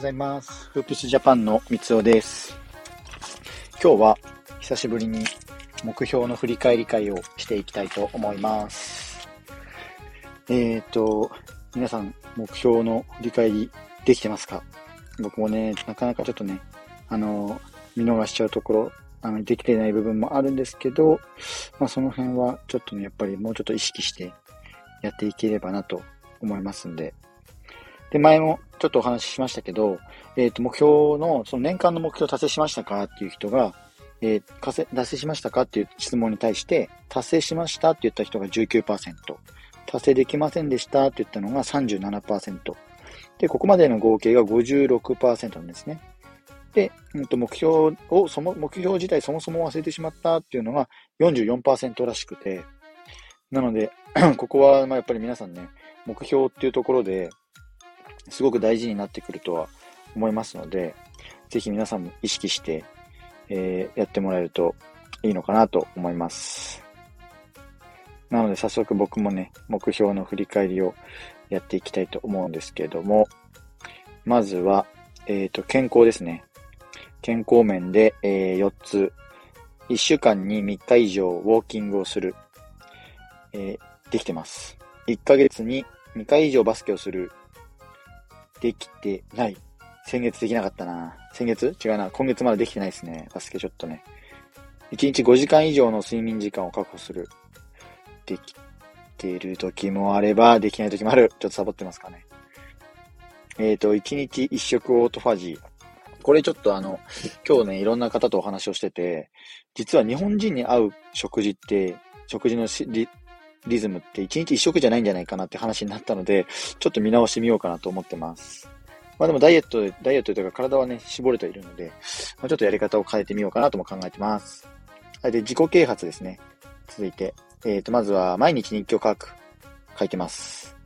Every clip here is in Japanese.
ざいます。フープスジャパンの三尾です。今日は久しぶりに目標の振り返り会をしていきたいと思います。皆さん目標の振り返りできてますか？僕もね、なかなかちょっとね、見逃しちゃうところ、できてない部分もあるんですけど、その辺はちょっとね、やっぱりもうちょっと意識してやっていければなと思いますんで。で、前もちょっとお話ししましたけど、目標の、その年間の目標を達成しましたかっていう人が、達成しましたかっていう質問に対して、達成しましたって言った人が 19%、達成できませんでしたって言ったのが 37%、で、ここまでの合計が 56% なんですね。で、目標自体そもそも忘れてしまったっていうのが 44% らしくて、なので、ここはやっぱり皆さんね、目標っていうところですごく大事になってくるとは思いますので、ぜひ皆さんも意識して、やってもらえるといいのかなと思います。なので早速僕もね、目標の振り返りをやっていきたいと思うんですけれども、まずは、健康ですね。健康面で、4つ。1週間に3日以上ウォーキングをする。できてます。1ヶ月に2回以上バスケをする。できてない。先月できなかったな。先月違うな。今月まだできてないですね。バスケちょっとね。1日5時間以上の睡眠時間を確保する。できてる時もあれば、できない時もある。ちょっとサボってますかね。1日1食オートファジー。これちょっと今日ね、いろんな方とお話をしてて、実は日本人に合う食事のリズムって1日1食じゃないんじゃないかなって話になったので、ちょっと見直してみようかなと思ってます。でもダイエットというか体はね、絞れているので、ちょっとやり方を変えてみようかなとも考えてます。で、自己啓発ですね。続いて、まずは毎日日記を書いてます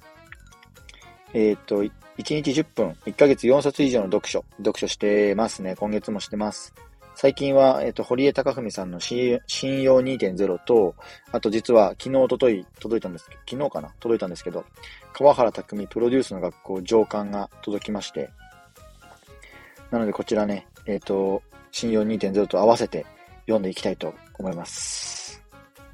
。1日10分、1ヶ月4冊以上の読書してますね。今月もしてます。最近は、堀江貴文さんの信用 2.0 と、あと実は昨日、おととい届いたんですけど、川原拓プロデュースの学校上巻が届きまして、なのでこちらね、信用 2.0 と合わせて読んでいきたいと思います。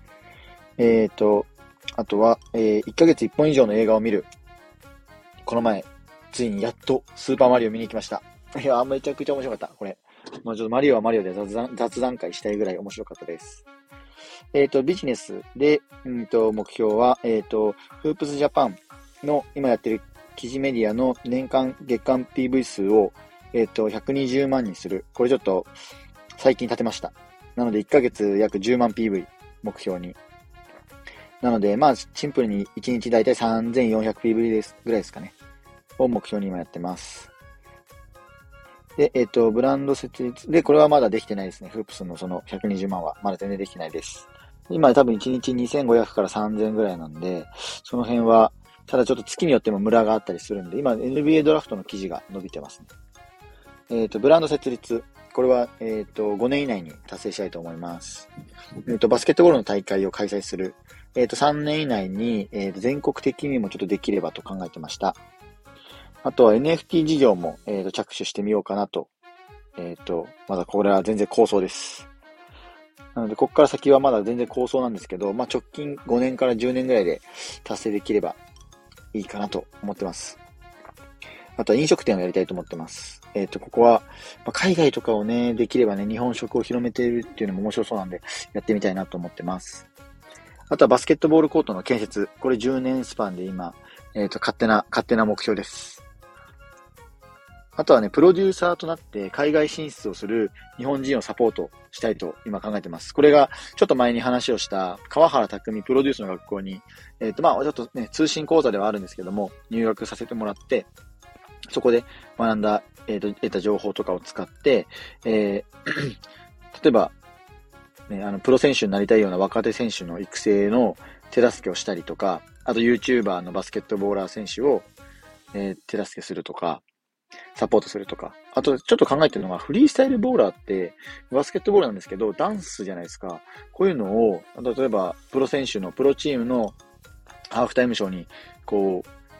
あとは、1ヶ月1本以上の映画を見る。この前、ついにやっとスーパーマリオ見に行きました。いや、めちゃくちゃ面白かった、これ。ちょっとマリオはマリオで雑談会したいぐらい面白かったです。ビジネスで、目標は、フープスジャパンの今やってる記事メディアの月間 PV 数を、120万にする。これちょっと最近立てました。なので1ヶ月約10万 PV 目標に。なので、シンプルに1日だいたい 3400PV ぐらいですかね。を目標に今やってます。で、ブランド設立。で、これはまだできてないですね。フープスのその120万は。まだ全然できてないです。今多分1日2500から3000ぐらいなんで、その辺は、ただちょっと月によってもムラがあったりするんで、今 NBA ドラフトの記事が伸びてますね。ブランド設立。これは、5年以内に達成したいと思います。バスケットボールの大会を開催する。3年以内に、全国的にもちょっとできればと考えてました。あとは NFT 事業も、着手してみようかなと。まだこれは全然構想です。なので、ここから先はまだ全然構想なんですけど、直近5年から10年ぐらいで達成できればいいかなと思ってます。あとは飲食店をやりたいと思ってます。ここは、海外とかをね、できればね、日本食を広めているっていうのも面白そうなんで、やってみたいなと思ってます。あとはバスケットボールコートの建設。これ10年スパンで今、勝手な目標です。あとはね、プロデューサーとなって海外進出をする日本人をサポートしたいと今考えてます。これがちょっと前に話をした川原拓プロデュースの学校に、ちょっとね、通信講座ではあるんですけども、入学させてもらって、そこで学んだ、得た情報とかを使って、例えば、ね、プロ選手になりたいような若手選手の育成の手助けをしたりとか、あと YouTuber のバスケットボーラー選手を、手助けするとか、サポートするとか。あと、ちょっと考えてるのが、フリースタイルボーラーって、バスケットボールなんですけど、ダンスじゃないですか。こういうのを、例えば、プロチームのハーフタイムショーに、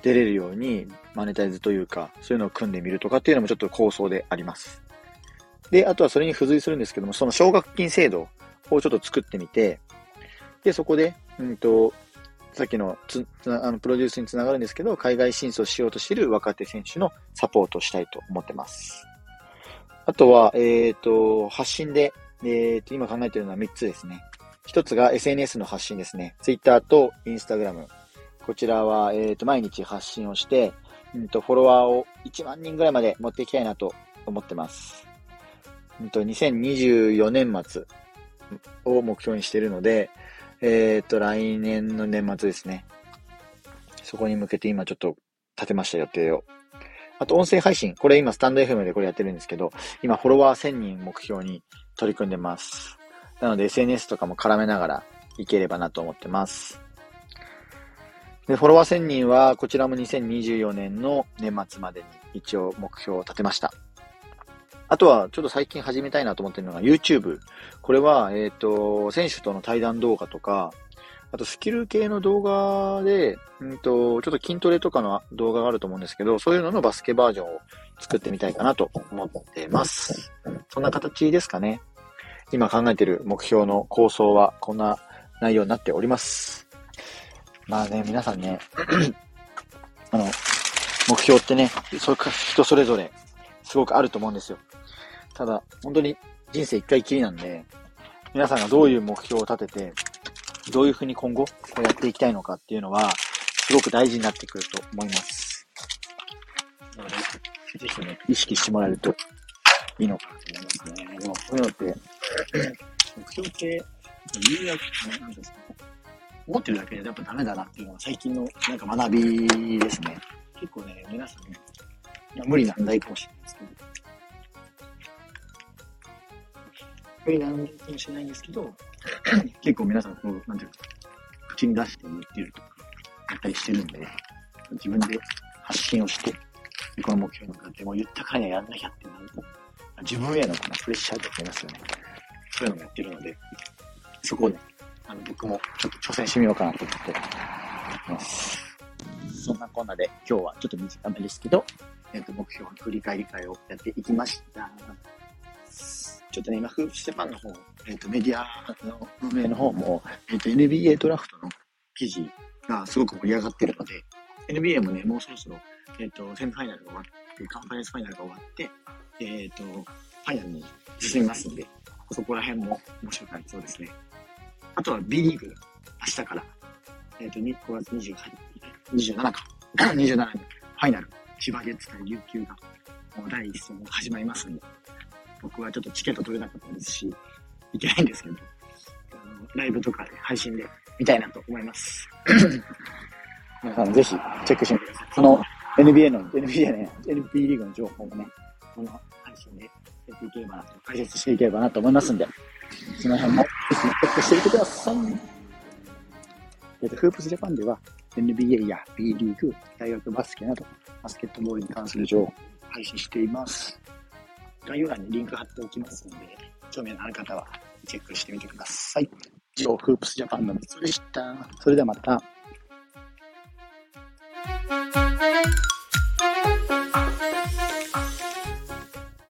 出れるようにマネタイズというか、そういうのを組んでみるとかっていうのもちょっと構想であります。で、あとはそれに付随するんですけども、その奨学金制度をちょっと作ってみて、で、そこで、さっきのプロデュースにつながるんですけど、海外進出をしようとしている若手選手のサポートをしたいと思ってます。あとは、発信で、今考えているのは3つですね。1つが SNS の発信ですね。Twitter と Instagram。こちらは、毎日発信をして、フォロワーを1万人ぐらいまで持っていきたいなと思ってます。2024年末を目標にしているので、来年の年末ですね。そこに向けて今ちょっと立てました予定を。あと音声配信。これ今スタンド FM でこれやってるんですけど、今フォロワー1000人目標に取り組んでます。なので SNS とかも絡めながらいければなと思ってます。で、フォロワー1000人はこちらも2024年の年末までに一応目標を立てました。あとは、ちょっと最近始めたいなと思ってるのが YouTube。これは、選手との対談動画とか、あとスキル系の動画で、ちょっと筋トレとかの動画があると思うんですけど、そういうののバスケバージョンを作ってみたいかなと思ってます。そんな形ですかね。今考えている目標の構想はこんな内容になっております。まあね、皆さんね、目標ってね、人それぞれすごくあると思うんですよ。ただ、本当に人生一回きりなんで、皆さんがどういう目標を立てて、どういうふうに今後やっていきたいのかっていうのは、すごく大事になってくると思います。なので、ぜひね、意識してもらえるといいのかなと思いますね。でも、こういうのって、目標って、有役なんですか、思ってるだけでやっぱダメだなっていうのは最近のなんか学びですね。結構ね、皆さんね、無理難題かもしれないですけど、無理なんかもしれないんですけど、結構皆さんこう、なんていうか、口に出して言ってるとか、やったりしてるんで、自分で発信をして、この目標に向かってもう言ったからにはやんなきゃってなると、自分へのプレッシャーとかありますよね。そういうのもやってるので、そこをね、僕もちょっと挑戦してみようかなと思っています。そんなこんなで今日はちょっと短めですけど、目標の振り返り会をやっていきました。ちょっとね、今、フープスジャパンの方、メディアの運営の方も、NBA ドラフトの記事がすごく盛り上がってるので、NBA もね、もうそろそろ、セミファイナルが終わって、カンファレンスファイナルが終わって、ファイナルに進みますので、そこら辺も面白くなりそうですね。あとは B リーグ、明日から、5月27か、27にファイナル、千葉ジェッツ対琉球が、もう第一戦が始まりますので、僕はちょっとチケット取れなかったですし、いけないんですけど、ライブとかで配信で見たいなと思います。皆さんぜひチェックしてみてください。その NBA リーグの情報もね、この配信でやっていければなと、解説していければなと思いますんで、その辺もぜひチェックしてみてください。フープスジャパンでは NBA や B リーグ、大学バスケなど、バスケットボールに関する情報を配信しています。概要欄にリンク貼っておきますので、興味のある方はチェックしてみてください。以上、フープスジャパンのみつでした。それではまた。